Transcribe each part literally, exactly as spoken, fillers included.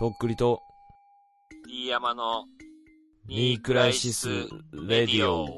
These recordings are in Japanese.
とっくりと D 山のニークライシスレディオ。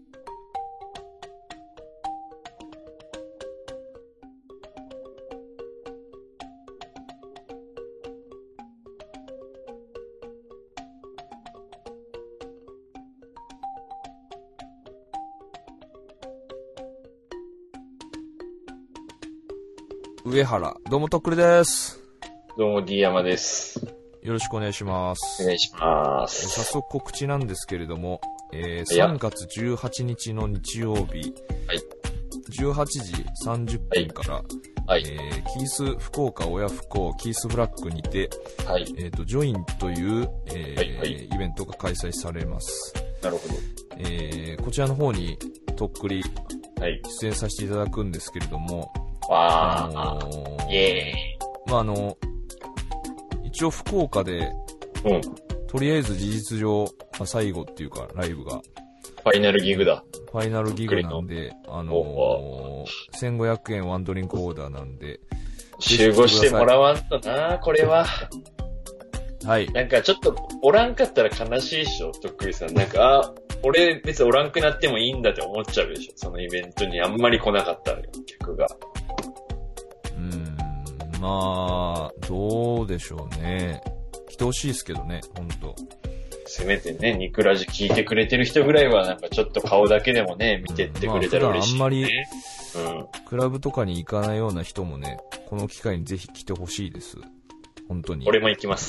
上原、どうもとっくりです。 どうも D 山です。 よろしくお願いします。 お願いします。 早速告知なんですけれども、えー、さんがつじゅうはちにちの日曜日、はい、じゅうはちじさんじゅっぷんから、はいえー、キース福岡親不孝キースフラッグにて、はいえー、とジョインという、えーはいはい、イベントが開催されます。 なるほど。 えー、こちらの方にとっくり出演させていただくんですけれども、 わー、あのー、イエーイ。まああの一応福岡で、うん、とりあえず事実上、まあ、最後っていうかライブがファイナルギグだ。 ファイナルギグなんで、あのー、せんごひゃくえんワンドリンクオーダーなんで集合してもらわんとな、これは。 はい。 なんかちょっとおらんかったら悲しいでしょ、とっくりさん。なんか、あ、俺別におらんくなってもいいんだって思っちゃうでしょ、そのイベントにあんまり来なかったら客が。 うーん、まあ、どうでしょうね。来てほしいですけどね、ほんと。 せめてね、ニクラジ聞いてくれてる人ぐらいはなんかちょっと顔だけでもね、見てってくれたら嬉しい、ね。 まあ、普段あんまり、うん、クラブとかに行かないような人もね、この機会にぜひ来てほしいです。本当に。 俺も行きます。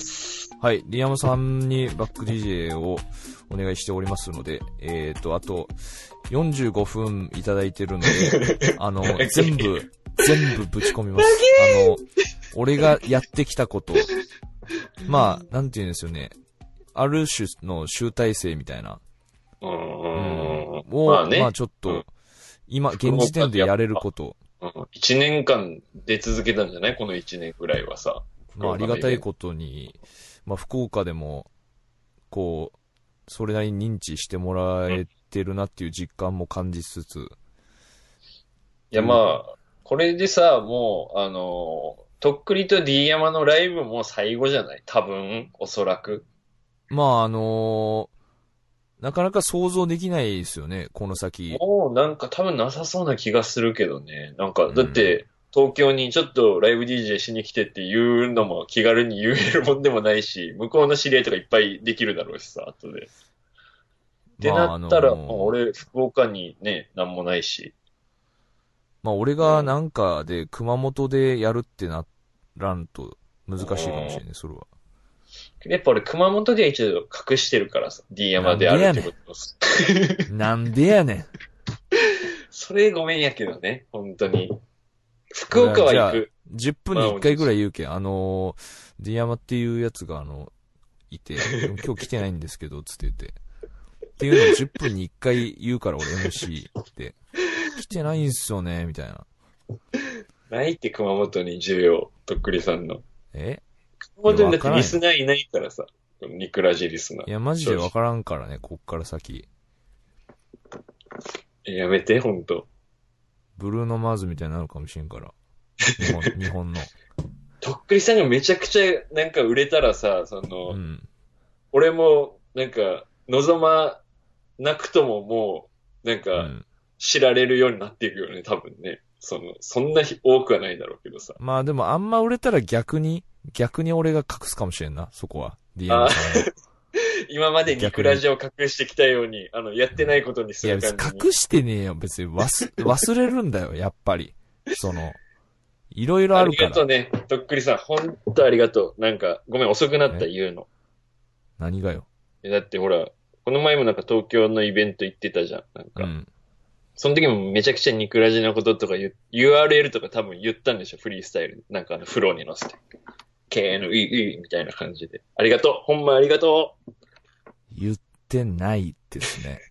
はい、リヤマさんにバック ディージェー をお願いしておりますので、えーと、あと、よんじゅうごふんいただいてるので、あの、全部、全部ぶち込みます。あの、俺がやってきたこと、まあ、なんて言うんですよね。ある種の集大成みたいな。 うーん。 を、まあね。まあちょっと、うん、今、現時点でやれること。 いちねんかん出続けたんじゃないこのいちねんくらいはさ。 まあありがたいことに、まあ福岡でも、こう、それなりに認知してもらえてるなっていう実感も感じつつ。いやまあ、これでさ、もう、あの、とっくりと D 山のライブも最後じゃない多分、おそらく。 まああのー、なかなか想像できないですよね、この先。 もうなんか多分なさそうな気がするけどね。なんか、だって、東京にちょっとライブ ディージェー しに来てって言うのも気軽に言えるもんでもないし、向こうの知り合いとかいっぱいできるだろうしさ、後で。ってなったら、まああのー、俺、福岡にね、なんもないし。 まあ俺がなんかで熊本でやるってならんと難しいかもしれない、それは。 やっぱ俺熊本では一度隠してるからさ、D 山であるってことなんでやねん。 それごめんやけどね、本当に。福岡は行く。 じゅっぷんにいっかいぐらい言うけん、あのー、D 山っていうやつがあの、いて、今日来てないんですけど、つって言って。っていうのをじゅっぷんにいっかい言うから俺 エムシー って。来てないんすよね、みたいな。 ないって熊本に需要、とっくりさんの。 え熊本にだってリスナーいないからさ、ニクラジリスナー。 いや、マジでわからんからね、こっから先。 やめて、ほんと。 ブルーノマーズみたいになるかもしれんから。日本、日本の。 とっくりさんがめちゃくちゃなんか売れたらさ、その、うん、俺もなんか望まなくとももう、なんか知られるようになっていくよね、多分ね。その、そんな多くはないだろうけどさ。 まあでもあんま売れたら逆に、逆に俺が隠すかもしれんな、そこは。ディーエム さん今までニクラジを隠してきたように、あの、やってないことにする感じに。 いや、隠してねえよ、別に。忘、忘れるんだよ、やっぱり。その、いろいろあるから。 ありがとうね。とっくりさん、ほんとありがとう。なんか、ごめん、遅くなった、言うの。 何がよ。 だってほら、この前もなんか東京のイベント行ってたじゃん。なんか。うん。その時もめちゃくちゃニクラジなこととか言う、ユーアールエル とか多分言ったんでしょ、フリースタイル。なんかあの、フローに乗せて。ケーエヌイーイー みたいな感じで。ありがとう。ほんまありがとう。 言ってないですね。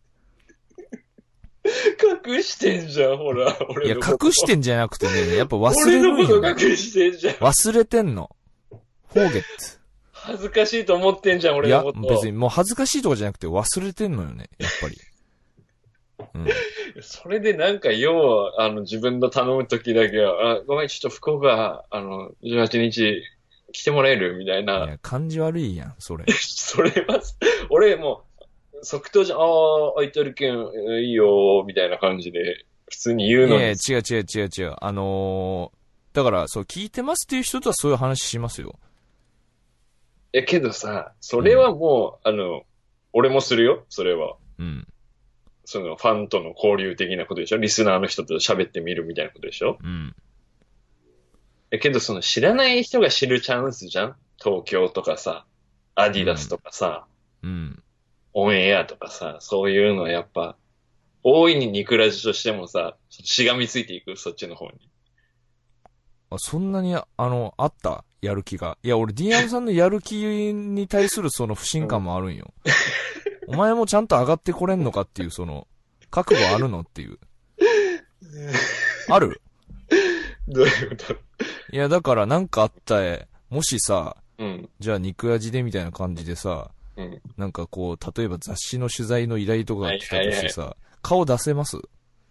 隠してんじゃん、ほら。 俺のこと。いや、隠してんじゃなくてね、やっぱ忘れるんよ、ね。 俺のこと隠してんじゃん。 忘れてんの。forget。 恥ずかしいと思ってんじゃん、俺のこと。 いや、別にもう恥ずかしいとかじゃなくて忘れてんのよね、やっぱり。 うん。それでなんか、要は、あの、自分の頼むときだけは、あ、ごめん、ちょっと福岡、あの、じゅうはちにち、 来てもらえるみたいいな。 や、感じ悪いやん、それ。 それは、俺もう、即答じゃん、ああ、空いてるけん、いいよ、みたいな感じで、普通に言うのに。 いやいや、違う違う違う違う。あのー、だから、そう、聞いてますっていう人とはそういう話しますよ。 え、けどさ、それはもう、うん、あの、俺もするよ、それは。 うん。 その、ファンとの交流的なことでしょ？リスナーの人と喋ってみるみたいなことでしょ？ うん。 え、けどその知らない人が知るチャンスじゃん？東京とかさ、アディダスとかさ、 うん。 オンエアとかさ、そういうのはやっぱ、大いにニクラジとしてもさ、しがみついていく、そっちの方に。 あ、そんなに、あの、あったやる気が。いや、俺、ディーアームさんのやる気に対するその不信感もあるんよ。うん、お前もちゃんと上がってこれんのかっていう、その、覚悟あるのっていう。ある？ どういうこと？ いや、だからなんかあったえ、もしさ、 うん、 じゃあ肉味でみたいな感じでさ、うん、なんかこう、例えば雑誌の取材の依頼とかが来たとしてさ、はいはいはい、顔出せます？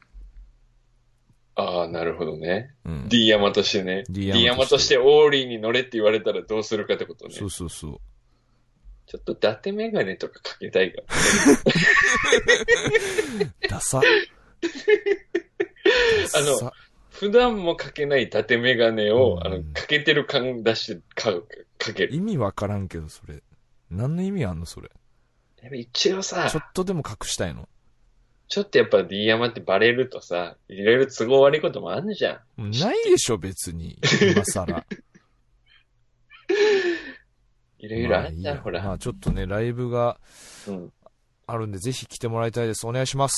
ああ、なるほどね。うん、D 山としてね。D 山, 山としてオーリーに乗れって言われたらどうするかってことね。 そうそうそう。 ちょっと伊達メガネとかかけたいから。 ダサ。 あの、普段もかけない伊達メガネを、うん、あの、かけてる感出してか、かける。 意味わからんけど、それ。何の意味あんの、それ。 一応さ、 ちょっとでも隠したいの。 ちょっとやっぱ D 山ってバレるとさ、いろいろ都合悪いこともあるじゃん。ないでしょ、別に。今更。 いろいろあるじゃん、 まあいい、 ほら。 まあちょっとね、ライブがあるんで、ぜひ来てもらいたいです。お願いします。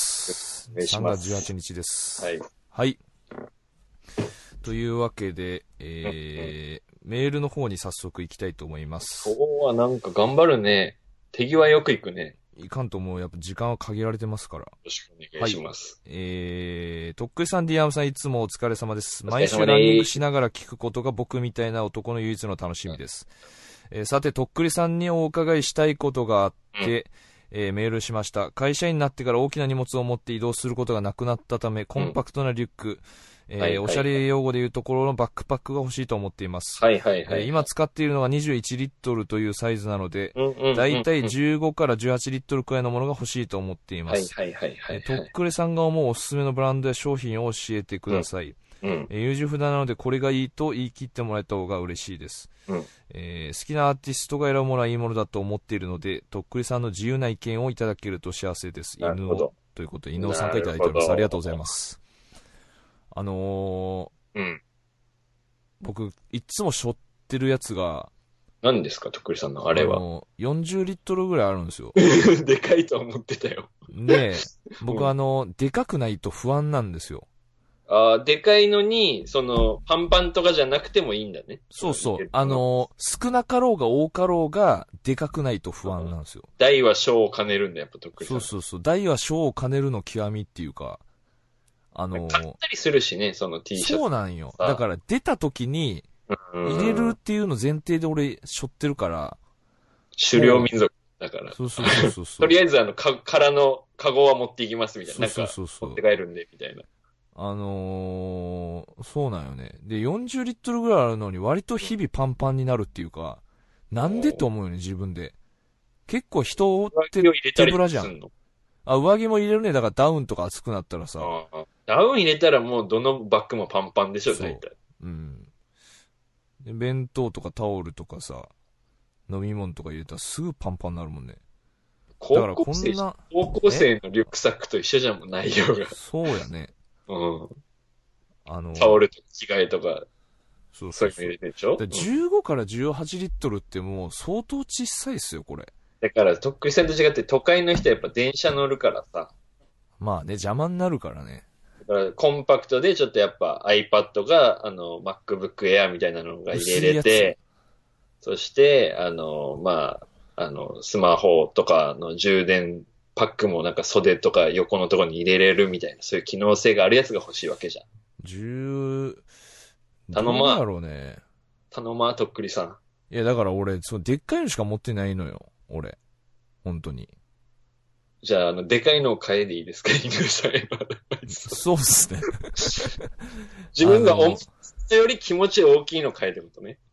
お願いします。 さんがつじゅうはちにちです。 はい。 はい。というわけで、えーうんうん、メールの方に早速行きたいと思います。 今日はなんか頑張るね。手際よく行くね。 いかんともうやっぱ時間は限られてますから。よろしくお願いします。 はい、えー、とっくりさん、ディアムさんいつもお疲れ様です。毎週ランニングしながら聞くことが僕みたいな男の唯一の楽しみです。うん、えー、さて、とっくりさんにお伺いしたいことがあって、うん、えー、メールしました。会社員になってから大きな荷物を持って移動することがなくなったため、コンパクトなリュック、うんえーはいはいはい、おしゃれ用語でいうところのバックパックが欲しいと思っています。 はいはいはい、 えー、今使っているのがにじゅういちリットルというサイズなので、だいたいじゅうごからじゅうはちリットルくらいのものが欲しいと思っています。 はいはいはいはい、はい。 とっくりさんが思うおすすめのブランドや商品を教えてください。うんうんえー、優柔不断なのでこれがいいと言い切ってもらえた方が嬉しいです。うんえー、好きなアーティストが選ぶものはいいものだと思っているので、とっくりさんの自由な意見をいただけると幸せです。犬をということで、犬尾さんからいただいております。ありがとうございます。あのー、うん。僕、いつも背負ってるやつが、 何ですか、とっくりさんのあれは。あのー、よんじゅうリットルぐらいあるんですよ。 でかいと思ってたよ。 で、僕、うん、あの、でかくないと不安なんですよ。 ああ、でかいのに、その、パンパンとかじゃなくてもいいんだね。 そうそう。あのー、少なかろうが多かろうが、でかくないと不安なんですよ。 大は小を兼ねるんだ、やっぱとっくりさん。 そうそうそう。大は小を兼ねるの極みっていうか、あのー、 買ったりするしね、その T シャツ。 そうなんよ。だから出た時に、入れるっていうの前提で俺、背負ってるから。 狩猟民族だから。 そうそうそうそうとりあえずあの、か、空のカゴは持っていきますみたいな。 そうそうそう。 持って帰るんで、みたいな。 あのー、そうなんよね。で、よんじゅうリットルぐらいあるのに割と日々パンパンになるっていうか、なんでと思うよね、自分で。結構人って手ぶらじゃん。あ、上着も入れるね。だからダウンとか暑くなったらさ。 ああダウン入れたらもうどのバッグもパンパンでしょ、大体。 うん。で、弁当とかタオルとかさ、飲み物とか入れたらすぐパンパンになるもんね。 高校生、だからこんな高校生のリュックサックと一緒じゃん、もう内容が。 そうやね。 うん。あの、タオルとか着替えとか、そうそうそう。そういうの入れてるでしょ？ じゅうごからじゅうはちリットルってもう相当小さいっすよ、これ。 だから、とっくりさんと違って都会の人はやっぱ電車乗るからさ。 まあね、邪魔になるからね。 だからコンパクトでちょっとやっぱ iPad が、あの、MacBook Air みたいなのが入れれて、そして、あの、まあ、あの、スマホとかの充電パックもなんか袖とか横のところに入れれるみたいな、そういう機能性があるやつが欲しいわけじゃん。 十、 頼ま。 どうだろうね。 頼ま、とっくりさん。 いや、だから俺、そのでっかいのしか持ってないのよ。俺。本当に。 じゃあ、あの、でかいのを買えでいいですか、犬さんへのアドバイス。 そうっすね。 自分が思ったより気持ち大きいの買えってことね。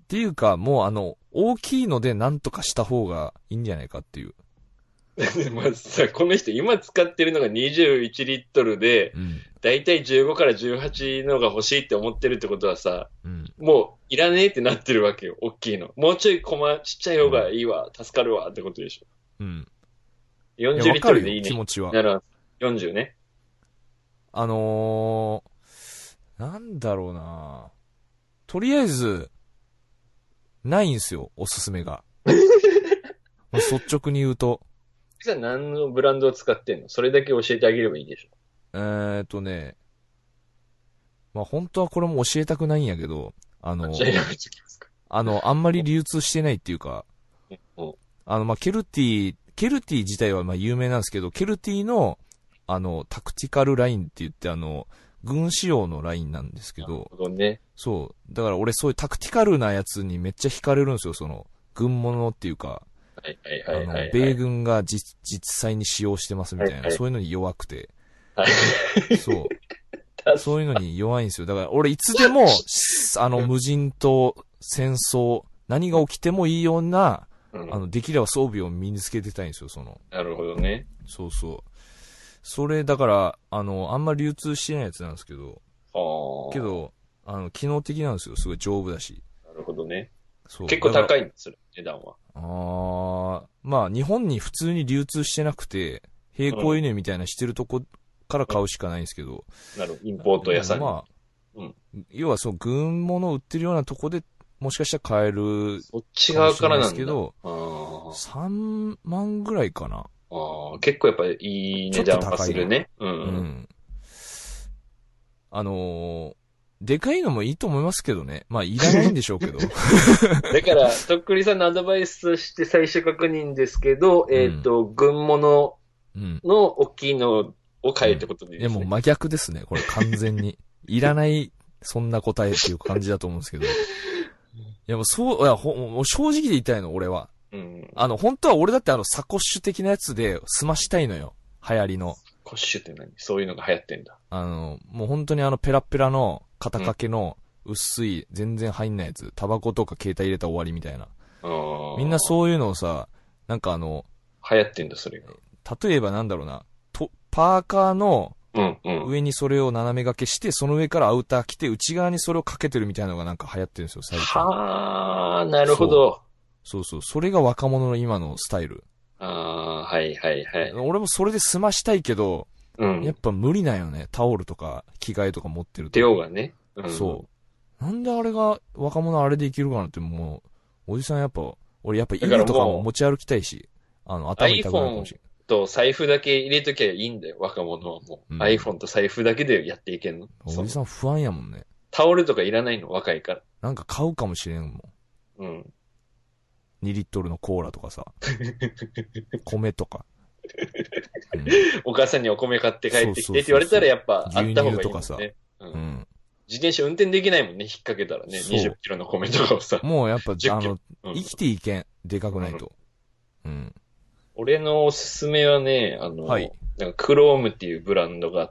っていうか、もうあの、大きいのでなんとかした方がいいんじゃないかっていう。 まずさ、この人今使ってるのがにじゅういちリットルで、 うん。 だいたいじゅうごからじゅうはちのが欲しいって思ってるってことはさ、 うん。 もういらねえってなってるわけよ、大きいの。もうちょいコマ、ちっちゃい方がいいわ、助かるわってことでしょ。 うん。いよんや、 じゅうリットわかるよ、 ルでいいね。 気持ちは。 なら、よんじゅうね。 あのー、なんだろうなとりあえず、ないんすよ、おすすめが。率直に言うと。 じゃあ何のブランドを使ってんの？それだけ教えてあげればいいでしょ。 えーとね、まあ本当はこれも教えたくないんやけど、あの、 じゃあやめときますか。 あの、あんまり流通してないっていうか、 うんあの、まあケルティ、ケルティ自体はまあ有名なんですけど、ケルティの、あの、タクティカルラインって言って、あの、軍仕様のラインなんですけなるど、 ほどね。 そう。だから俺そういうタクティカルなやつにめっちゃ惹かれるんですよ、その、軍物っていうか、 はいはいあの、 はいはい、はい。 米軍が実、実際に使用してますみたいな、 はいはいそういうのに弱くて、 はい。 そう。 確そういうのに弱いんですよ。だから俺いつでも、あの、無人島、戦争、何が起きてもいいような、 うん、 あの、できれば装備を身につけてたいんですよ、その。 なるほどね。 そうそう。それ、だから、あの、あんま流通してないやつなんですけど、 はあ。 けど、あの、機能的なんですよ。すごい丈夫だし。 なるほどね。 そう。 結構高い。 いんですよ、値段は。 あー、まあ、日本に普通に流通してなくて、並行輸入みたいなしてるとこから買うしかないんですけど。 うん、なるほど。インポート屋さんに。 まあ、 うん。 要はそう、軍物売ってるようなとこで、もしかしたら買えるそっち側からなんだ。 かもしれないですけど、 あさんまんぐらいかな。 ああ、結構やっぱりいい値段はするね。う。 うんん。あのー、でかいのもいいと思いますけどね。まあ、いらないんでしょうけど。 だから、とっくりさんのアドバイスとして最終確認ですけど、えっと、軍物うん。 の大きいのを買えってことでいいいや、 ですね。 もう真逆ですね。これ完全に。いらない、そんな答えっていう感じだと思うんですけど。いや、もうそう、いや、ほ、もう正直で言いたいの、俺は。 うん。 あの、本当は俺だってあの、サコッシュ的なやつで済ましたいのよ。流行りの。 コッシュって何？そういうのが流行ってんだ。 あの、もう本当にあの、ペラペラの、肩掛けの、薄い、全然入んないやつ。タバコとか携帯入れたら終わりみたいな。みんなう。 そういうのをさ、なんかあの、 流行ってんだ、それが。 例えばなんだろうな、と、パーカーのうんうん。 上にそれを斜め掛けして、その上からアウター着て、内側にそれをかけてるみたいなのがなんか流行ってるんですよ、最近。 はあ、なるほど。 そうそう。それが若者の今のスタイル。 ああ、はいはいはい。 俺もそれで済ましたいけど、 うん。 やっぱ無理なんよね。タオルとか着替えとか持ってると。 量がね。うん、 そう。なんであれが、若者あれでいけるかなってもう、おじさんやっぱ、俺やっぱだからもう家とかも持ち歩きたいし、あの、頭痛くなるかもしれ iPhone と財布だけ入れときゃいいんだよ、若者はもう。 うん iPhone と財布だけでやっていけんの。 ない。おじさん不安やもんね。 タオルとかいらないの、若いから。 なんか買うかもしれんもん。 うん。 にリットルのコーラとかさ、米とか。うん、 お母さんにお米買って帰ってきてって言われたらやっぱあった方がいいもんね。 牛乳とかさうんうん。 自転車運転できないもんね、引っ掛けたらね。 そうにじゅっキロの米とかをさ。 もうやっぱ、 じゅっあキロ。 の、 うん生きていけん。でかくないと。うん。 俺のおすすめはね、あの、 はいなんかクロームっていうブランドがあって、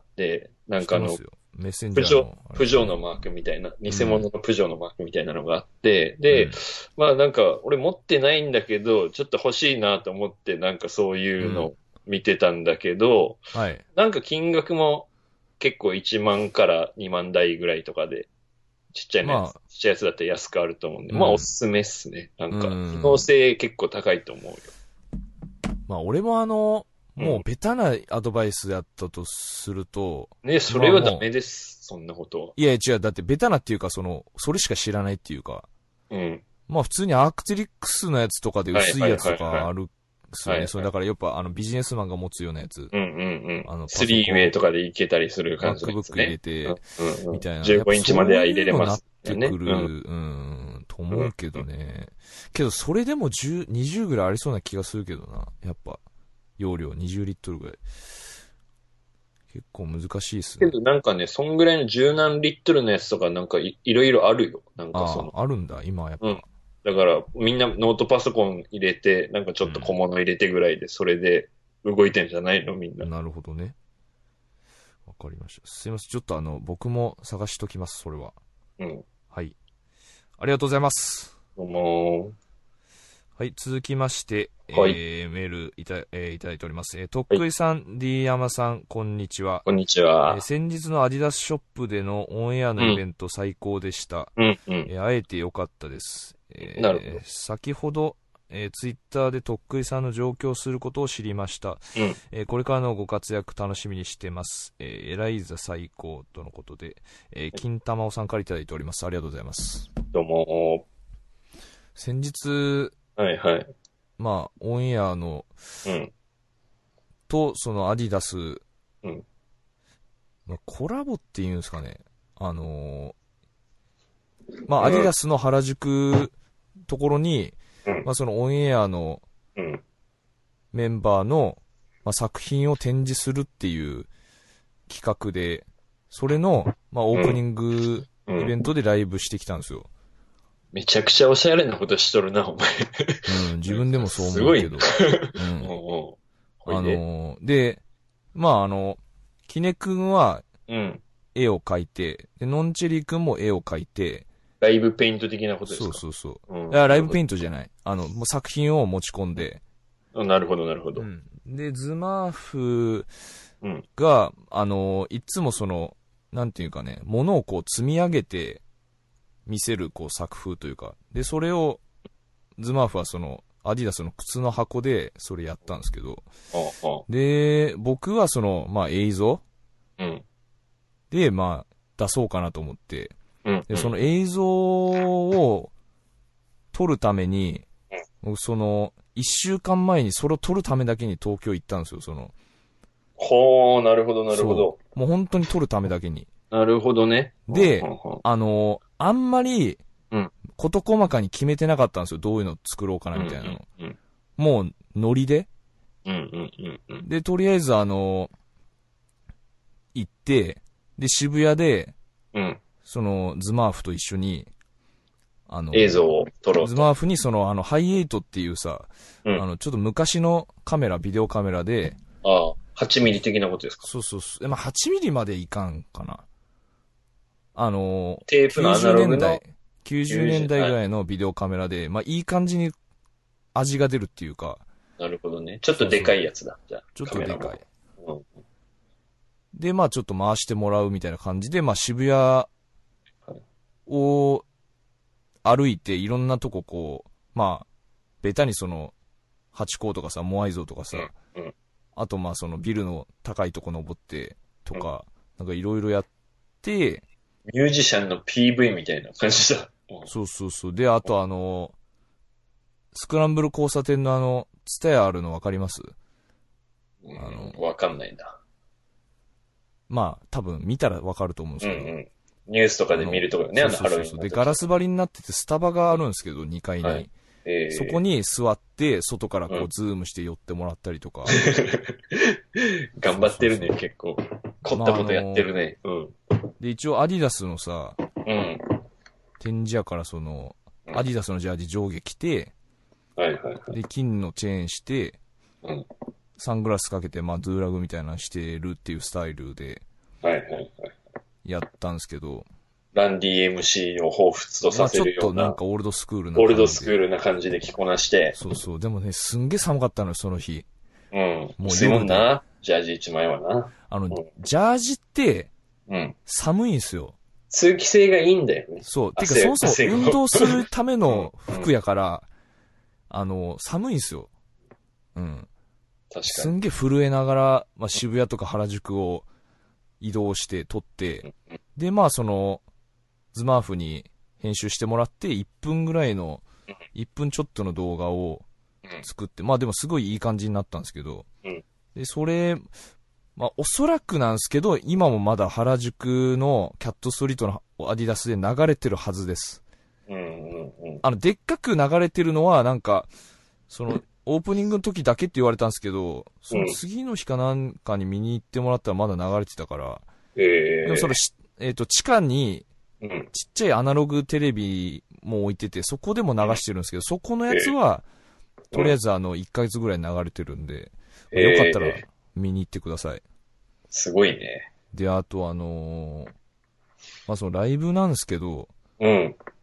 なんかあの、 知ってますよメッセンジプジョャーの。 ー、プジョーのマークみたいな、偽物のプジョーのマークみたいなのがあって、で、まあなんか、俺持ってないんだけど、ちょっと欲しいなと思って、なんかそういうの見てたんだけど、 はい。 なんか金額も結構いちまんからにまん台ぐらいとかで、ちっちゃいのやつ、 まあちっちゃいやつだったら安くあると思うんで、 うんまあおすすめっすね。なんか、 うん機能性結構高いと思うよ。 まあ俺もあの、もううんベタなアドバイスだったとすると、 ね、それはダメです。そんなことは。 いやいや違う、だってベタなっていうかその、それしか知らないっていうか、 うん。 まあ普通にアークテリックスのやつとかで薄いやつとはいはいはいはいかあるっすよね。 はいはいそれだからやっぱあのビジネスマンが持つようなやつ。 うんうんうん。 あの、 スリーウェイとかでいけたりする感じです MacBook 入れね。 て、 うんうん、 みたいな。 じゅうごインチまでは入れれますよね。やっぱそういうのなってくる、うん、うん、と思うけどね。けどそれでもじゅう、にじゅうぐらいありそうな気がするけどな。やっぱ、容量にじゅうリットルぐらい。結構難しいっすね。 けどなんかね、そんぐらいの十何リットルのやつとかなんか い, いろいろあるよ。なんかその。 ああ、あるんだ、今はやっぱ。 うんだから、みんなノートパソコン入れて、なんかちょっと小物入れてぐらいで、それで動いてんじゃないのみんな。 なるほどね。わかりました。すいません。ちょっとあの、僕も探しときます、それは。 うん。 はい。ありがとうございます。 どうもはい、続きまして、 ー。はい。 えー、メールいた、えー、いただいております。えー、とっくりさん、D 山さん、こんにちは。 こんにちえー、 は。 先日のアディダスショップでのオンエアのイベント最高でした。 うん、うん。 えー、会えてよかったです。 なるほど。 えー、先ほど、えー、ツイッターでとっくりさんの上京することを知りました。 うん。 えー、これからのご活躍楽しみにしてます。えー、エライザ最高とのことで、えー、金玉尾さんからいただいております。ありがとうございます。 どうも先日、 ー。はいはい。 まあ、オンエアの、 うん。 と、そのアディダス、 うん。 まあ、コラボっていうんですかね。あのー、まあ、 うん。 アディダスの原宿ところに、 うん。 まあ、そのオンエアのうん。 メンバーの、まあ、作品を展示するっていう企画で、それの、まあ、オープニングうん。 イベントでライブしてきたんですよ。 めちゃくちゃおしゃれなことしとるな、お前。 うん、自なんか分でもそうすごいな。 思うけど。うおうん。 おう。ほいあで。 のー、で、まあ、あの、キネ君はうん。 絵を描いて、で、ノンチェリー君も絵を描いて、 ライブペイント的なことですそうか？ そうそう。 うん。 いや、ライブペイなるほど。 ントじゃない。あの、もう作品を持ち込んで、 あ、なるほど、なるほど。 うん。で、ズマーフうん。 が、あの、いつもその、なんていうかね、物をこう積み上げて見せるこう作風というか、で、それを、ズマーフはその、アディダスの靴の箱でそれやったんですけど、 ああ、 で、僕はその、まあ映像うん。 で、まあ出そうかなと思って、 うん。 で、 うん。 その映像を撮るために、僕その、一週間前にそれを撮るためだけに東京行ったんですよ、その、 ほー、なるほど、なるほそど。 う。もう本当に撮るためだけに。 なるほどね。はで、 んはんはん。 あの、あんまり、 うん。 事細かに決めてなかったんですよ。どういうの作ろうかなうん。 みたいなの。 うん。 もう、ノリで。 うん。うん。うん。うん。 で、とりあえずあの、行って、で、渋谷で、 うん。 その、ズマーフと一緒に、あの、 映像を撮ろうと。 ズマーフにその、あの、ハイエイトっていうさ、 うん。 あの、ちょっと昔のカメラ、ビデオカメラで、 ああ、はちミリ的なことですか？ そうそうそう、まあ、はちミリまでいかんかな。あの、 テープのア 90 ナログの年代、きゅうじゅうねんだいぐはい。 らいのビデオカメラで、まあ、いい感じに味が出るっていうか、 なるほどね。ちょっとでそうそう、 かいやつだ。じゃあ、 ちょっカメラも。 とでかい。 うん。 で、まあちょっと回してもらうみたいな感じで、まあ渋谷はい。 を歩いていろんなとここう、まあ、ベタにその、ハチ公とかさ、モアイ像とかさ、 うん。うん。 あとまあそのビルの高いとこ登ってとうん。 か、なんかいろいろやって、 ミュージシャンの ピーブイ みたいな感じだ。うん。 そうそうそう。で、あとあの、スクランブル交差点のあの、ツタヤあるのわかります？ うあの、 ん、わかんないな。 まあ多分見たらわかると思うんですけど、 うんうん。ニュースとかあの、 で見るところね、 そうあのハロウそうそうそう。で、 ィンの時とか。 ガラス張りになっててスタバがあるんですけど、にかいはい。 に。 えそこえに座って、外からー。うん。 こうズームして寄ってもらったりとか。 頑張ってるね、 そうそうそう。 結構。凝っまああたことやってのるね。うん。 で、一応アディダスのさ、 うん。 展示やからその、 うん。 アディダスのジャージ上下着て、 はいはいはい。 で、金のチェーンして、 うん。 サングラスかけて、まあ、ドゥーラグみたいなのしてるっていうスタイルではいはいはい。 やったんですけど、 ランディ エムシー を彷彿とさせまあちょっるような、 となんかオールドスクールなオールド感じで。 スクールな感じで着こなして、 そうそう。でもね、すんげえ寒かったのよ、その日。 うん。 もう薄いも夜で。 んな、ジャージ一枚はな。 あの、 うん。 ジャージってうん。 寒いんすよ。 通気性がいいんだよね。 そう。てか、 汗、 そもそも汗が。 運動するためうん。 のうん。 服やから、あの、寒いんすよ。うん。 確かに。 すんげえ震えながら、まあ、渋谷とか原宿を移動して撮って、で、まあその、ズマーフに編集してもらって、いっぷんぐらいの、いっぷんちょっとの動画をうん。 作って、まあでもすごいいい感じになったんですけど、 うん。 で、それ、まあおそらくなんですけど、今もまだ原宿のキャットストリートのアディダスで流れてるはずです。 うん。うん。うん。 あの、でっかく流れてるのは、なんか、その、オープニングの時だけって言われたんですけど、その次の日かなんかに見に行ってもらったらまだ流れてたから、でもそええれし、えっと、地下にー。うん。 ちっちゃいアナログテレビも置いてて、そこでも流してるんですけど、そこのやつは、とりあえずあの、いっかげつぐらい流れてるんで、まあよかったらええー。 見に行ってください。 すごいね。 で、あとあのーまあ、そのライブなんですけど、 うん。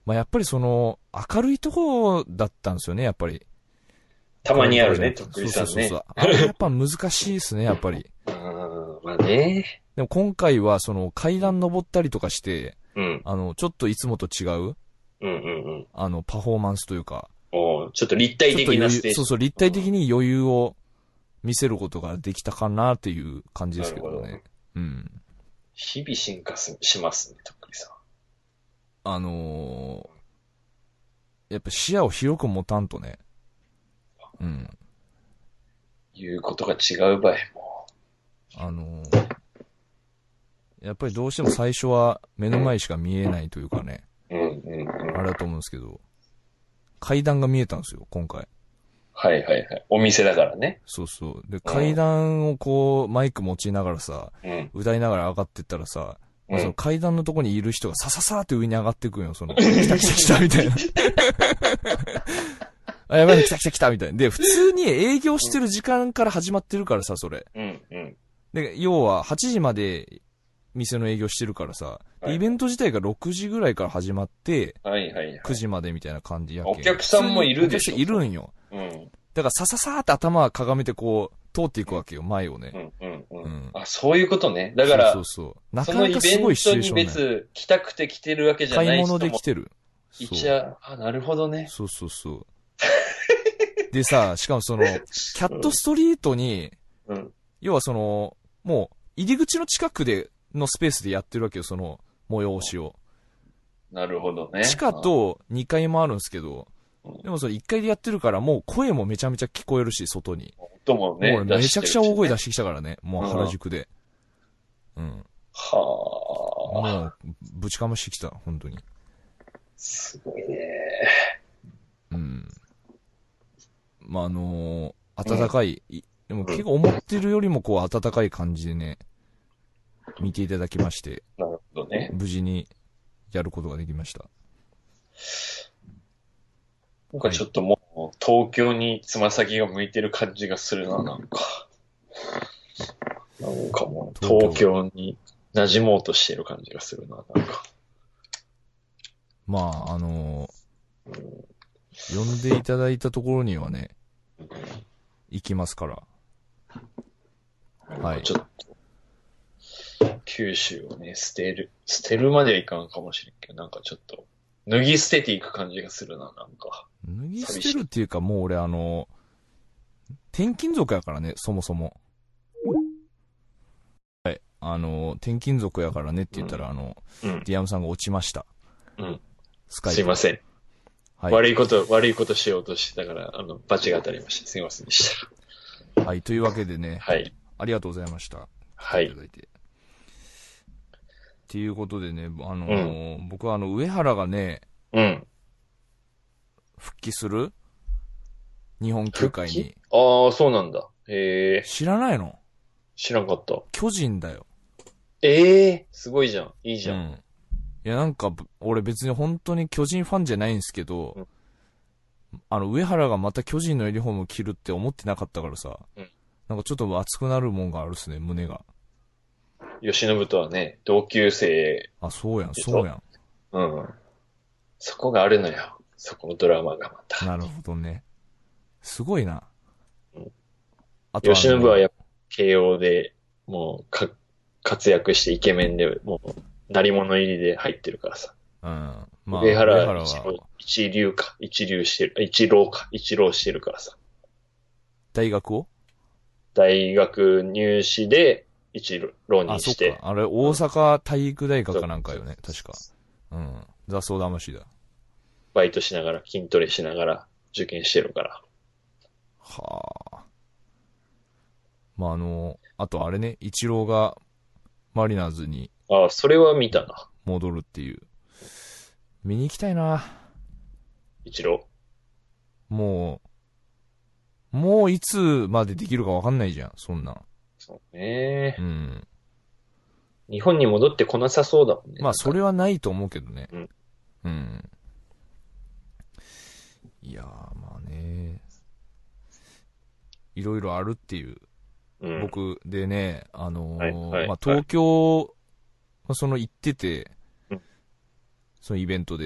まあやっぱりその、明るいとこだったんですよね、やっぱり。 たまにあるね、とっくりさんね。 そうそうそう。あれやっぱ難しいですね、やっぱり。 うん、まあね。 でも今回はその階段登ったりとかして、 うん。 あの、ちょっといつもと違う、 うんうんうん。 あの、パフォーマンスというか、 おちょっと立体的なステージ。 そうそう、立体的に余裕を見せることができたかなっていう感じですけどね。 なるほど。 うん。 日々進化すしますね、とっくりさん。 あのー、やっぱ視野を広く持たんとね。うん。 言うことが違う場合も。 あのー、やっぱりどうしても最初は目の前しか見えないというかね。 うんうんうん。 あれだと思うんですけど、階段が見えたんですよ、今回。 はいはいはい。お店だからね。 そうそう。で、階段をこう、マイク持ちながらさ、 うん。 歌いながら上がってったらさ、 うん、 その階段のとこにいる人がさささーって上に上がってくんよ、その、来た来た来たみたいな。あ、やばい、来た来た来たみたいな。で、普通に営業してる時間から始まってるからさ、それ。 うんうん。 で、要ははちじまで店の営業してるからさ、 はい、 イベント自体がろくじぐらいから始まって、 はいはいはい、 くじまでみたいな感じやけん。 お客さんもいるでしょ。 お客さんいるんよ。 うん。 だからさささーって頭かがめてこう、通っていくわけよ、前をね。 うんうんうん。 うん、 あ、そういうことね。だから、 そうそうそう。なかなかすごいシチュエーション、 ね、そのイベントに別来たくて来てるわけじゃない人も。 買い物で来てる。 一応、あ、なるほどね。 そうそうそう。でさ、しかもその、キャットストリートに、 うん、 要はその、もう、入り口の近くで、のスペースでやってるわけよ、その、催しを。 なるほどね。 地下とにかいもあるんですけど、でもそれいっかいでやってるから、もう声もめちゃめちゃ聞こえるし、外に。 音もね、 もうめちゃくちゃ大声出してきたからね、もう原宿で。うん。 はあ。 もう、ぶちかましてきた、本当に。 すごいね。 うん。まあ、あのー、暖かい、うん、でも結構思ってるよりもこう暖かい感じでね、見ていただきまして。 なるほどね。 無事にやることができました。 なんかちょっともう、はい、東京につま先が向いてる感じがするな、なんか。なんかもう、東京に馴染もうとしてる感じがするな、なんか。 まあ、あのー、うん、呼んでいただいたところにはね、行きますから。 はい。ちょっと、九州をね、捨てる、捨てるまではいかんかもしれんけど、なんかちょっと、脱ぎ捨てていく感じがするな、なんか。 脱ぎ捨てるっていうか、もう俺あの、転勤族やからね、そもそも。はい。あの、転勤族やからねって言ったら、うん、あの、うん、ディアムさんが落ちました。 うん。 スカイプ。 すいません。はい。悪いこと、悪いことしようとしてたから、あの、バチが当たりました。すいませんでした。 はい。というわけでね。 はい。 ありがとうございました。 はい。 いただいて。っていうことでね、あのーうん、僕はあの、上原がね、 うん。 復帰する日本球界に。 ああ、そうなんだ。へえ。 知らないの？ 知らんかった。 巨人だよ。 ええー、すごいじゃん。いいじゃん。うん、 いや、なんか、俺別に本当に巨人ファンじゃないんですけど、うん、あの、上原がまた巨人のユニフォームを着るって思ってなかったからさ、うん、なんかちょっと熱くなるもんがあるっすね、胸が。 吉信とはね、同級生。 あ、そうやん、そうやん。 うん。そこがあるのよ。そこのドラマがまた。 なるほどね。すごいな。 うん、あと吉信はやっぱ慶応でもうか活躍してイケメンでもう鳴り物入りで入ってるからさ。 うん。まあ、 上原は一流か、一流してる、一浪か、一浪してるからさ。 大学を？ 大学入試で一浪にして。 あ、そっか。あれ、大阪体育大学かなんかよね、確か。うん。雑草魂だ。 バイトしながら、筋トレしながら受験してるから。 はあ。まあ、あの、あとあれね、イチローがマリナーズに。 ああ、それは見たな。 戻るっていう。見に行きたいな。 イチロー。もう、もういつまでできるかわかんないじゃん、そんな。 そうね。 うん。 日本に戻ってこなさそうだもんね。 まあ、それはないと思うけどね。 うん。 うん。いやー、まあね。いろいろあるっていう。うん、僕でね、あのーはいはい、まあ、東京、はい、その行ってて、うん、そのイベントで、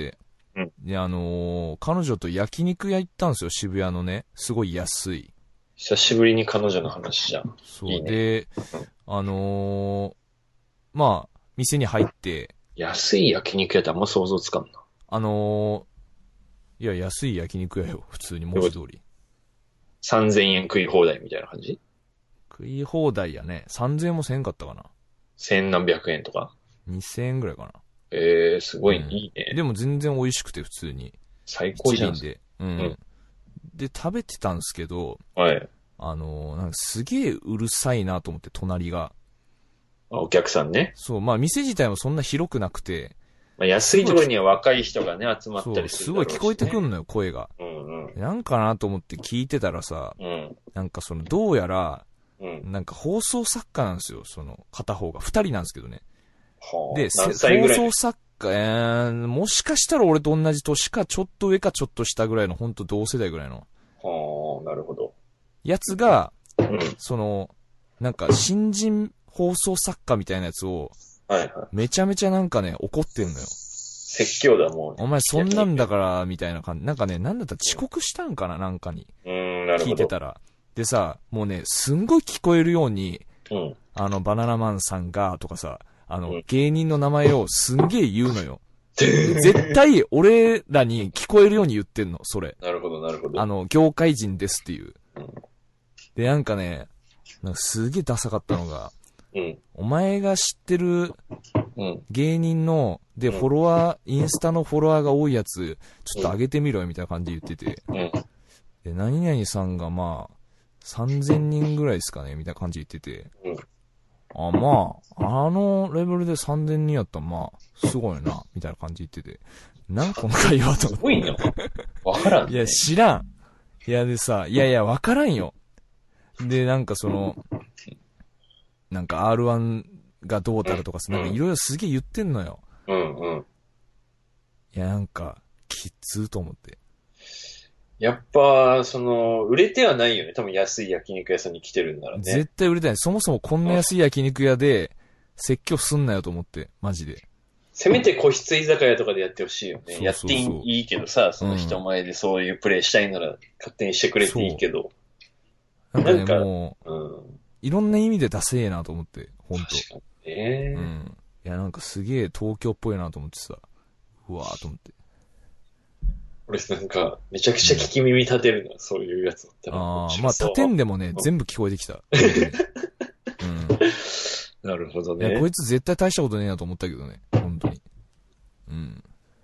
うん。 で、あのー、彼女と焼肉屋行ったんですよ、渋谷のね。すごい安い。 久しぶりに彼女の話じゃん。 そう。 いいね。 で、あのー、まあ、店に入って、 安い焼肉屋ってあんま想像つかんな。 あのー、いや、安い焼肉屋よ、普通に文字通り。 さんぜんえん食い放題みたいな感じ？ 食い放題やね。さんぜんえんもせんかったかな。 千何百円とか。 にせんえんぐらいかな。 えー、すごい、 うん、 いいね。 でも全然美味しくて、普通に。 最高じゃん。 一輪で。うん。 うん、 で、食べてたんですけど、 はい。 あのー、なんかすげえうるさいなと思って、隣が。 あ、お客さんね。 そう、まあ店自体もそんな広くなくて。 まあ、安いところには若い人がね、集まったりする、ね。 そう、すごい聞こえてくんのよ、声が。 うんうん。 なんかなと思って聞いてたらさ、 うん、 なんかその、どうやら、 うん、 なんか放送作家なんですよ、その、片方が。二人なんですけどね。 はあ、 で、 何歳ぐらい？ 放送作家、えー、もしかしたら俺と同じ年か、ちょっと上かちょっと下ぐらいの、ほんと同世代ぐらいの。 はあ、なるほど。 やつが、 うん、 その、なんか、新人放送作家みたいなやつを、 はいはい。 めちゃめちゃなんかね、怒ってんのよ。 説教だもん。 お前そんなんだから、みたいな感じ。なんかね、なんだったら遅刻したんかな、なんかに。 うん、なるほど。 聞いてたら。でさ、もうね、すんごい聞こえるように、 うん、 あの、バナナマンさんが、とかさ、あの、 うん、 芸人の名前をすんげえ言うのよ。絶対、俺らに聞こえるように言ってんの、それ。 なるほど、なるほど。 あの、業界人ですっていう。 うん、 で、なんかね、なんかすげえダサかったのが、 うん、 お前が知ってるうん、 芸人の、で、フォロワー、インスタのフォロワーが多いやつ、ちょっと上げてみろよ、みたいな感じで言ってて。 うん、 で、何々さんがまあ、さんぜんにんぐらいですかね、みたいな感じで言ってて。 うん。 あ、まあ、あのレベルでさんぜんにんやったらまあ、すごいな、みたいな感じで言ってて。なんこの会話と思って。 すごいな。わからん、ね。 いや、知らん。いや、でさ、いやいや、わからんよ。で、なんかその、なんか アールワン がどうたらとかさ、なんかいろいろすげえ言ってんのよ。 うんうん。 いや、なんか、きつーと思って。 やっぱ、その、売れてはないよね。多分安い焼肉屋さんに来てるんならね。 絶対売れてない。そもそもこんな安い焼肉屋で、説教すんなよと思って、マジで。 せめて個室居酒屋とかでやってほしいよね。 そうそうそうやっていいけどさ、その人前でそういうプレイしたいなら勝手にしてくれていいけど。 なんかね、 なんかもう、 うん、 いろんな意味でダセえなと思って、ほんと。 確かにね。 うん。いや、なんかすげえ東京っぽいなと思ってさ、うわーと思って。 俺なんか、めちゃくちゃ聞き耳立てるな、うん、そういうやつだったら。 ああ、まあ、立てんでもね、うん、全部聞こえてきた。うん。 なるほどね。 いや、こいつ絶対大したことねえなと思ったけどね、本当に。うん。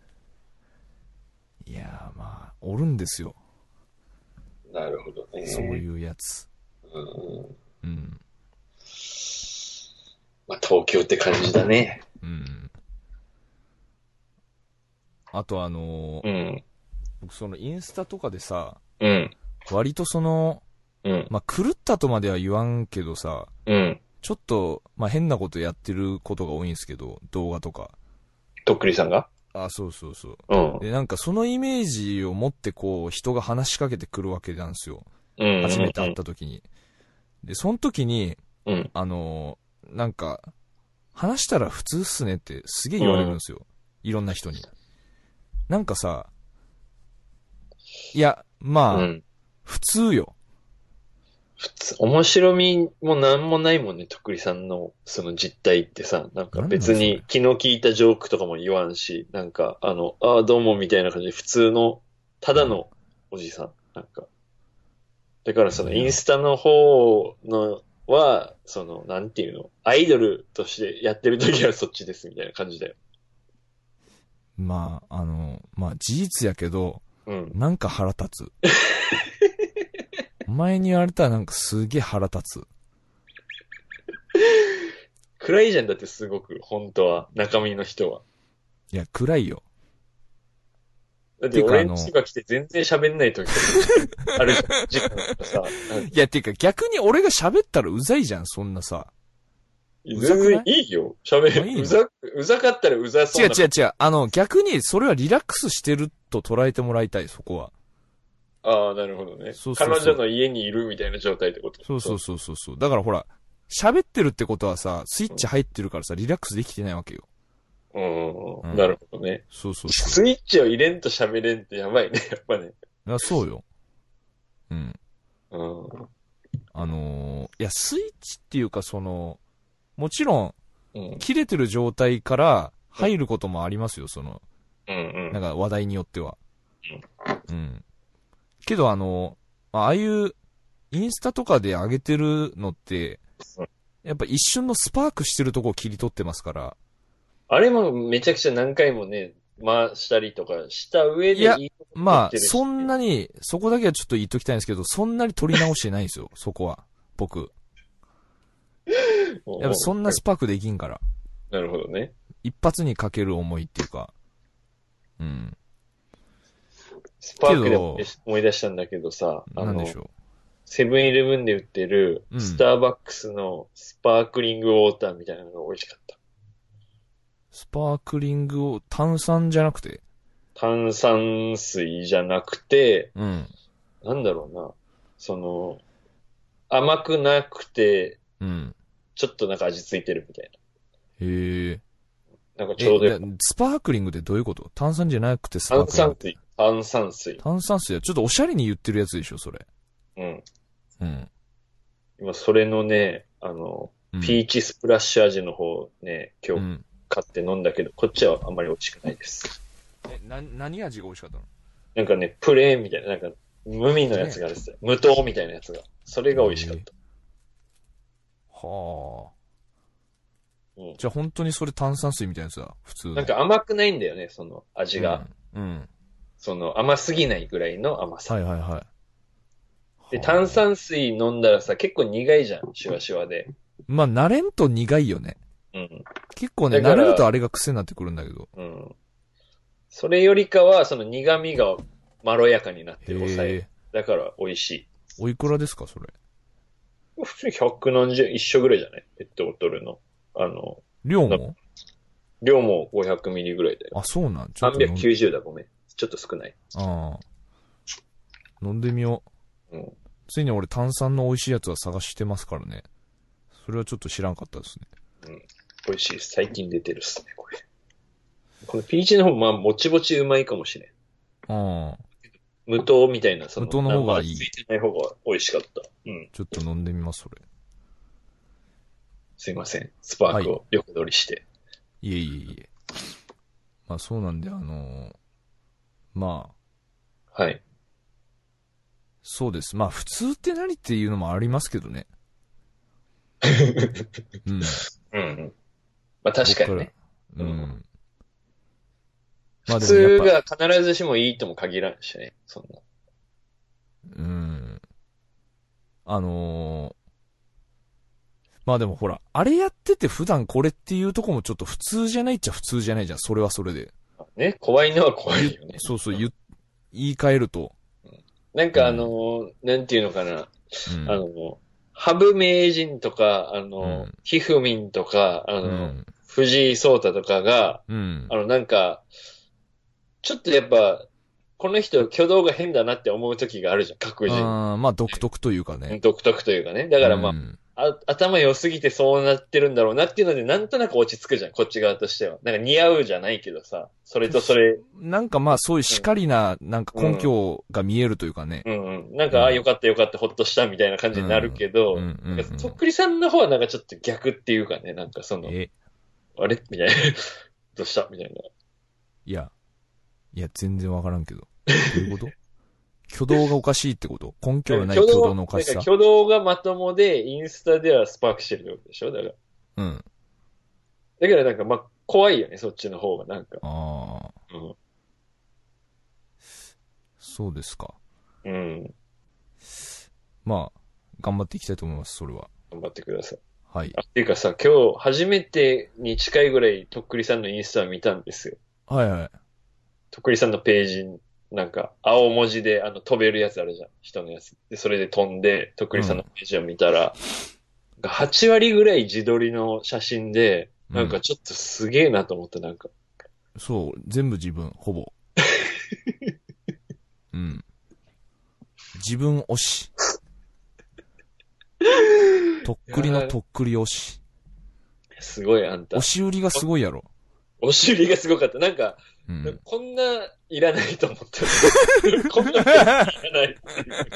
いやー、まあ、おるんですよ。 なるほどね。 そういうやつ。 うん。 うん。 まあ、東京って感じだね。 うん。あとあのー、 うん。 僕そのインスタとかでさ、 うん。 割とその、 うん。 まあ、狂ったとまでは言わんけどさ、 うん。 ちょっと、まあ、変なことやってることが多いんですけど、動画とか。 とっくりさんが？ あ、そうそうそう。 うん。 で、なんかそのイメージを持ってこう、人が話しかけてくるわけなんですよ。 うん。 初めて会った時に。で、その時に、 うん。 あのー、なんか、話したら普通っすねってすげえ言われるんですよ。うん、いろんな人に。なんかさ、いや、まあ、うん、普通よ。 普通、面白みもなんもないもんね、とっくりさんのその実態ってさ、なんか別に昨日聞いたジョークとかも言わんし、なんかあの、ああどうもみたいな感じで普通の、ただのおじさん、なんか。だからそのインスタの方のは、その、なんていうの、アイドルとしてやってる時はそっちですみたいな感じだよ。 まあ、あの、まあ事実やけど、うん、なんか腹立つ。お前に言われたらなんかすげえ腹立つ。 暗いじゃんだってすごく、本当は、中身の人は。 いや、暗いよ。 だって俺んちが来て全然喋んない時とかある時間とかさ。 いや、てか逆に俺が喋ったらうざいじゃん、そんなさ。 全然いいよ。喋る。いいうざ、うざかったらうざそうな。 違う違う違う。あの、逆にそれはリラックスしてると捉えてもらいたい、そこは。 ああ、なるほどね。そうそうそう。彼女の家にいるみたいな状態ってこと。 そうそうそうそうそう。だからほら、喋ってるってことはさ、スイッチ入ってるからさ、リラックスできてないわけよ。 うんうんなるほどね。 そうそうそう。 スイッチを入れんと喋れんってやばいね、やっぱね。 いや、そうよ。うん。 うん。 あのー、いや、スイッチっていうか、その、もちろん、 うん。 切れてる状態から入ることもありますよ、その、 うんうん。 なんか話題によっては。うん。けど、あの、ああいうインスタとかで上げてるのって、やっぱ一瞬のスパークしてるとこを切り取ってますから。 あれもめちゃくちゃ何回もね、回したりとかした上いやでいいとこ撮まあ、 ってるし、 そんなに、そこだけはちょっと言っときたいんですけど、そんなに撮り直してないんですよ、そこは。僕。やっぱそんなスパークできんから。 なるほどね。 一発にかける思いっていうか。うん。 スパークで思い出したんだけどさ、あの、 なんでしょう。 セブンイレブンで売ってる、 うんスターバックスのスパークリングウォーターみたいなのが美味しかった。 スパークリングを炭酸じゃなくて炭酸水じゃなくて、 うん。 なんだろうな。その、甘くなくて、 うん。 ちょっとなんか味ついてるみたいへえ。 な。なんかちょうどよえ、スパークリングってどういうこと？炭酸じゃなくてスパー炭クリングって。 酸水。炭酸水。 炭酸水はちょっとおしゃれに言ってるやつでしょ、それ。 うん。 うん。 今それのね、あの、 うん、 ピーチスプラッシュ味の方ね、今日うん。 買って飲んだけど、こっちはあんまり美味しくないです。 え、な、何味が美味しかったの？ なんかね、プレーンみたいな、なんか、無味のやつがあるんですよ。無糖みたいなやつが。それが美味しかった。 はあ。 うん、 じゃあ本当にそれ炭酸水みたいなやつだ、普通の。 なんか甘くないんだよね、その味が。 うん。うん、 その甘すぎないぐらいの甘さ。 はいはいはい。 で、炭酸水飲んだらさ、結構苦いじゃん、シュワシュワで。 まあ、慣れんと苦いよね。 うん。 結構ね、慣れるとあれが癖になってくるんだけど。 うん。それよりかは、その苦味がまろやかになって抑える。だから美味しい。 おいくらですか、それ。 普通にひゃく何十円一緒ぐらいじゃないペットボトルの。あの、 量も量もごひゃくミリぐらいだよ。 あ、そうなんちょっとさんびゃくきゅうじゅうだ、ごめん。ちょっと少ない。 ああ。飲んでみよう。うん。ついに俺炭酸の美味しいやつは探してますからね。それはちょっと知らんかったですね。 うん。美味しいです。最近出てるっすね、これ。このピーチの方、まあ、もちもちうまいかもしれん。ああ。無糖みたいな、その、 無糖の方がいい。 ついてない方が美味しかった。うん。 ちょっと飲んでみます、それ。 すいません。スパークを横取りして。 はい、いえいえいえ。まあそうなんで、あのー、まあ。はい。 そうです。まあ普通って何っていうのもありますけどね。 うん。うん。まあ確かにね。 うん。うん、 まあ、普通が必ずしもいいとも限らんしね、そんな。 うん。あのー、まあでもほら、あれやってて普段これっていうとこもちょっと普通じゃないっちゃ普通じゃないじゃん。それはそれで。 ね、怖いのは怖いよね。 そうそう、言、言い換えると。 なんかあのー、うん、なんていうのかな。うん、あの、羽生名人とか、あの、うん、ひふみんとか、あの、うん、藤井聡太とかが、うん、あの、なんか、ちょっとやっぱ、この人挙動が変だなって思う時があるじゃん、各人。 ああ、まあ独特というかね。 独特というかね。だからまあ、うんあ、頭良すぎてそうなってるんだろうなっていうので、なんとなく落ち着くじゃん、こっち側としては。なんか似合うじゃないけどさ、それとそれ。 なんかまあそういうしかりな、なんか根拠が見えるというかね。 うんうん。なんか、うん、ああ、よかったよかった、ほっとしたみたいな感じになるけど、とっくりさんの方はなんかちょっと逆っていうかね、なんかその、えあれみたいな。どうしたみたいな。 いや、いや、全然わからんけど。どういうこと挙動がおかしいってこと？根拠のない挙動のおかしさ。 挙動がまともで、インスタではスパークしてるってことでしょだから。うん。だからなんか、まあ、怖いよね、そっちの方が、なんか。ああ。うん。 そうですか。 うん。 まあ、頑張っていきたいと思います、それは。 頑張ってください。 はい。 あ、っていうかさ、今日、初めてに近いぐらい、とっくりさんのインスタを見たんですよ。 はいはい。 とっくりさんのページに。なんか、青文字で、あの、飛べるやつあるじゃん。人のやつ。で、それで飛んで、とっくりさんのページを見たら、うん、はち割ぐらい自撮りの写真で、なんかちょっとすげえなと思った、なんか。 そう、全部自分、ほぼ。うん。自分推し。とっくりのとっくり推し。 すごい、あんた。 押し売りがすごいやろ。 お尻がすごかった。なんか、 うん、 こんないらないと思ったの。こんないらないっていう。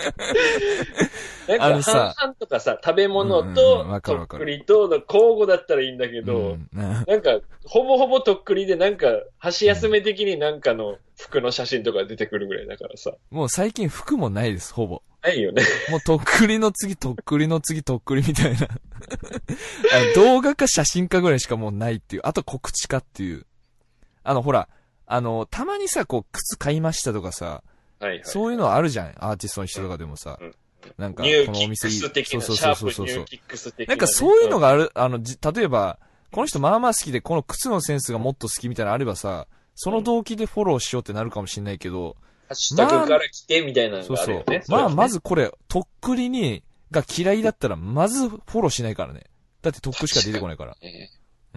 なんか半々とかさ、食べ物ととっくりとの交互だったらいいんだけど、うん、なんか、ほぼほぼとっくりでなんか、箸休め的になんかの服の写真とか出てくるぐらいだからさ。 もう最近服もないです、ほぼ。 ないよね。 もうとっくりの次、とっくりの次、とっくりみたいな。あの動画か写真かぐらいしかもうないっていう。あと告知かっていう。あの、ほら、あの、たまにさ、こう、靴買いましたとかさ、はいはいはい、そういうのあるじゃん。アーティストの人とかでもさ。うんうん、なんか、このお店いい。そうそうそうそうそう。なんかそういうのがある、あの、じ、例えば、この人まあまあ好きで、この靴のセンスがもっと好きみたいなのあればさ、その動機でフォローしようってなるかもしれないけど、 ハッシュタグから来てみたいなのがあるよね。そうそう。 まあ、まずこれ、とっくりに、が嫌いだったら、まずフォローしないからね。だってとっくりしか出てこないから。ね、うん。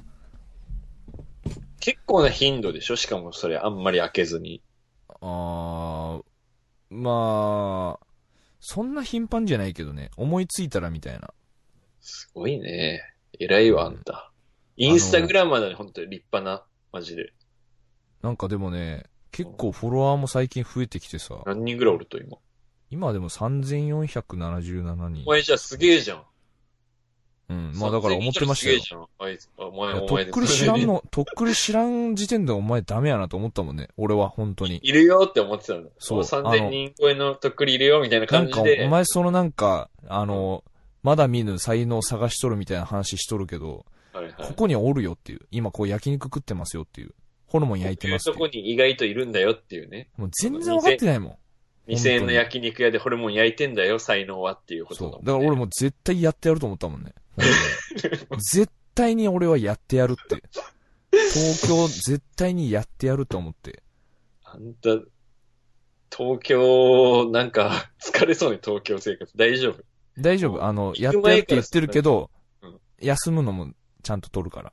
結構な頻度でしょ？しかもそれあんまり開けずに。 あー、まあ、そんな頻繁じゃないけどね。思いついたらみたいな。 すごいね。偉いわ、あんた。インスタグラマーだね、ほんとに立派な。マジで。 なんかでもね、結構フォロワーも最近増えてきてさ。 何人ぐらいおると今？ 今でもさんぜんよんひゃくななじゅうななにん。 お前じゃあすげえじゃん。 うん。まあだから思ってましたよ。すげえじゃん。あいつ、お前、お前とっくり知らんの、とっくり知らん時点でお前ダメやなと思ったもんね。俺は本当に。 いるよって思ってたんだ。そう。さんぜんにん超えのとっくりいるよみたいな感じで。 なんかお前そのなんか、あの、まだ見ぬ才能を探しとるみたいな話しとるけど、はいはい、ここにおるよっていう。今こう焼肉食ってますよっていう。ホルモン焼いてますっていう。 こういうとこに意外といるんだよっていうね。 もう全然分かってないもん。 にせんえんの焼肉屋でホルモン焼いてんだよ、才能はっていうことだもんね。 そう。だから俺も絶対やってやると思ったもんね。絶対に俺はやってやるって。東京絶対にやってやると思って。 あんた、東京、なんか、疲れそうね、東京生活。大丈夫？ 大丈夫。あの、やってやるって言ってるけど、うん、休むのもちゃんと取るから。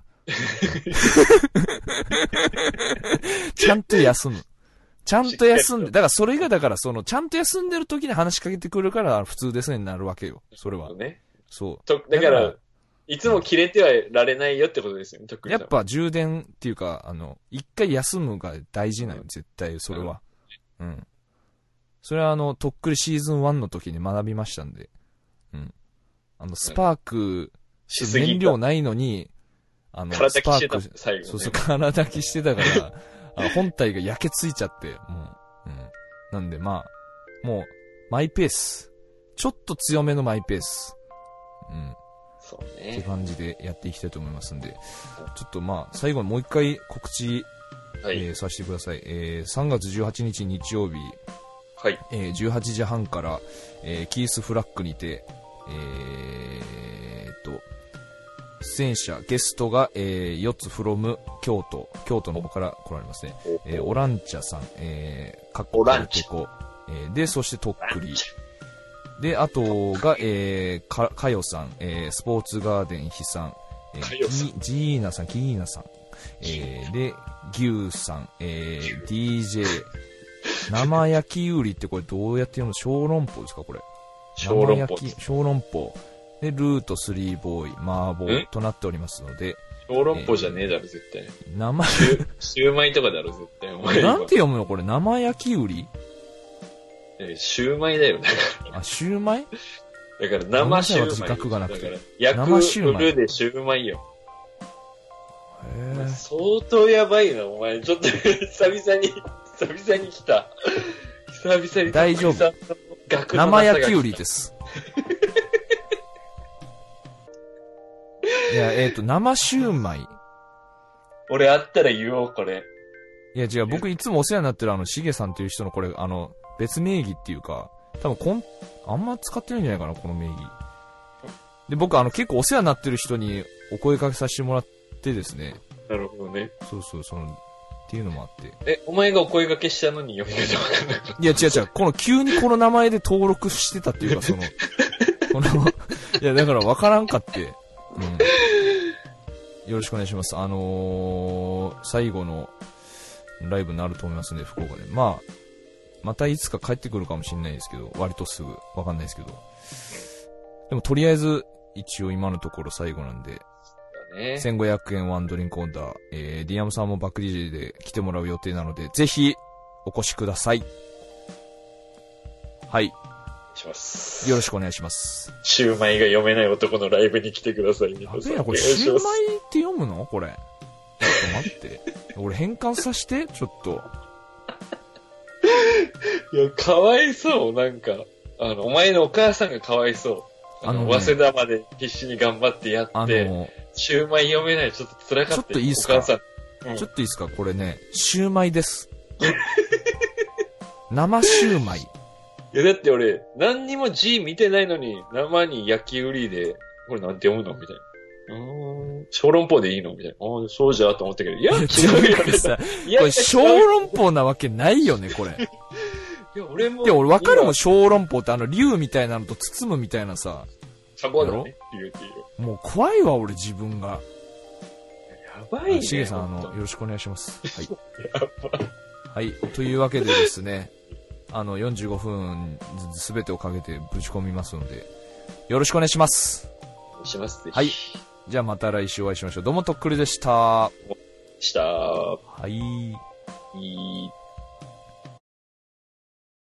ちゃんと休む。ちゃんと休んで、だからそれがだからその、ちゃんと休んでる時に話しかけてくるから普通ですねになるわけよ。それは。ね、 そう。と、だから、いつも切れてはられないよってことですよね、特に。 やっぱ充電っていうか、あの、一回休むが大事なのよ、絶対、それは。うん。うん、それはあの、とっくりシーズンワンの時に学びましたんで。うん。あの、スパーク、燃料ないのに、あの、 スパーク、最後ね、 そうそう、体焼きしてたから、あ本体が焼けついちゃって、もう、うん。なんでまあ、もう、マイペース。ちょっと強めのマイペース。うん。 そうね。 って感じでやっていきたいと思いますんで、ちょっとまあ、最後にもう一回告知、はい、えー、させてください。えー、さんがつじゅうはちにち日曜日、 はい。 えー、じゅうはちじはんから、えー、キースフラッグにて、えーっと、出演者、ゲストが、えー、よっつ from 京都、京都の方から来られますね。えー、オランチャさん、えー、かっこかてこ、えー、で、そしてとっくり。で、あとが、えー、か、かよさん、えー、スポーツガーデンひさん、えー、ジーナさん、キーナさん、えー、で、ギューさん、えー、ディージェー、生焼き売りってこれどうやって読むの？小籠包ですかこれ。 小籠包。 小籠包。で、ルートスリーボーイ、麻婆となっておりますので。 小籠包じゃねえだろ、絶対。 生、 シューマイとかだろ、絶対。お前なんて読むのこれ、生焼き売り？ えー、シューマイだよ、だから。あ、シューマイ？ だから生シューマイ。 自覚がなくて。 生シューマイ。焼くでシューマイよ。 へー。 相当やばいな、お前。ちょっと久々に、久々に来た。久々に。 大丈夫。生焼き売りです。いや、えっと、生シューマイ。 俺あったら言おう、これ。 いや、違う、僕いつもお世話になってるあの、しげさんという人のこれ、あの、別名義っていうか、多分こん、あんま使ってないんじゃないかな、この名義。で、僕あの、結構お世話になってる人にお声掛けさせてもらってですね。 なるほどね。 そうそう、その、っていうのもあって。 え、お前がお声掛けしたのに読み方わかんなかった。 いや、違う違う、この急にこの名前で登録してたっていうか、その、この、いや、だからわからんかって、うん。よろしくお願いします。あのー、最後のライブになると思いますんで、福岡で。まあ、またいつか帰ってくるかもしれないですけど、割とすぐ。わかんないですけど。でもとりあえず、一応今のところ最後なんで。 ね。 せんごひゃくえんワンドリンクオーダー、えー、ディアムさんもバックディージェーで来てもらう予定なので、ぜひ、お越しください。はい。 します。 よろしくお願いします。 シューマイが読めない男のライブに来てください。 やべえな、これシューマイって読むのこれ。ちょっと待って。俺変換させて、ちょっと。 いや、かわいそう、なんか。あの、お前のお母さんがかわいそう。あの、あのね、早稲田まで必死に頑張ってやって、あの、シューマイ読めない、ちょっと辛かった。 ちょっといいっすか、お母さん、うん、ちょっといいっすかこれね、シューマイです。生シューマイ。 いや、だって俺、何にも字見てないのに、生に焼き売りで、これなんて読むのみたいな。うーん、小籠包でいいのみたいな。ああ、そうじゃと思ったけど、いや、違うよね。さこれ小籠包なわけないよね、これ。 いや、俺も。 で、俺わかるもん、小籠包ってあの、竜みたいなのと包むみたいなさ。 サボだね、竜っていう。 もう怖いわ、俺自分が。 やばいね。 しげさん、あの、よろしくお願いします。はい。やばい。はい。というわけでですね、あの、よんじゅうごふんすべてをかけてぶち込みますので、よろしくお願いします。 お願いします。 はい。じゃあまた来週お会いしましょう。どうもとっくりでした。 した。 はい。 いい。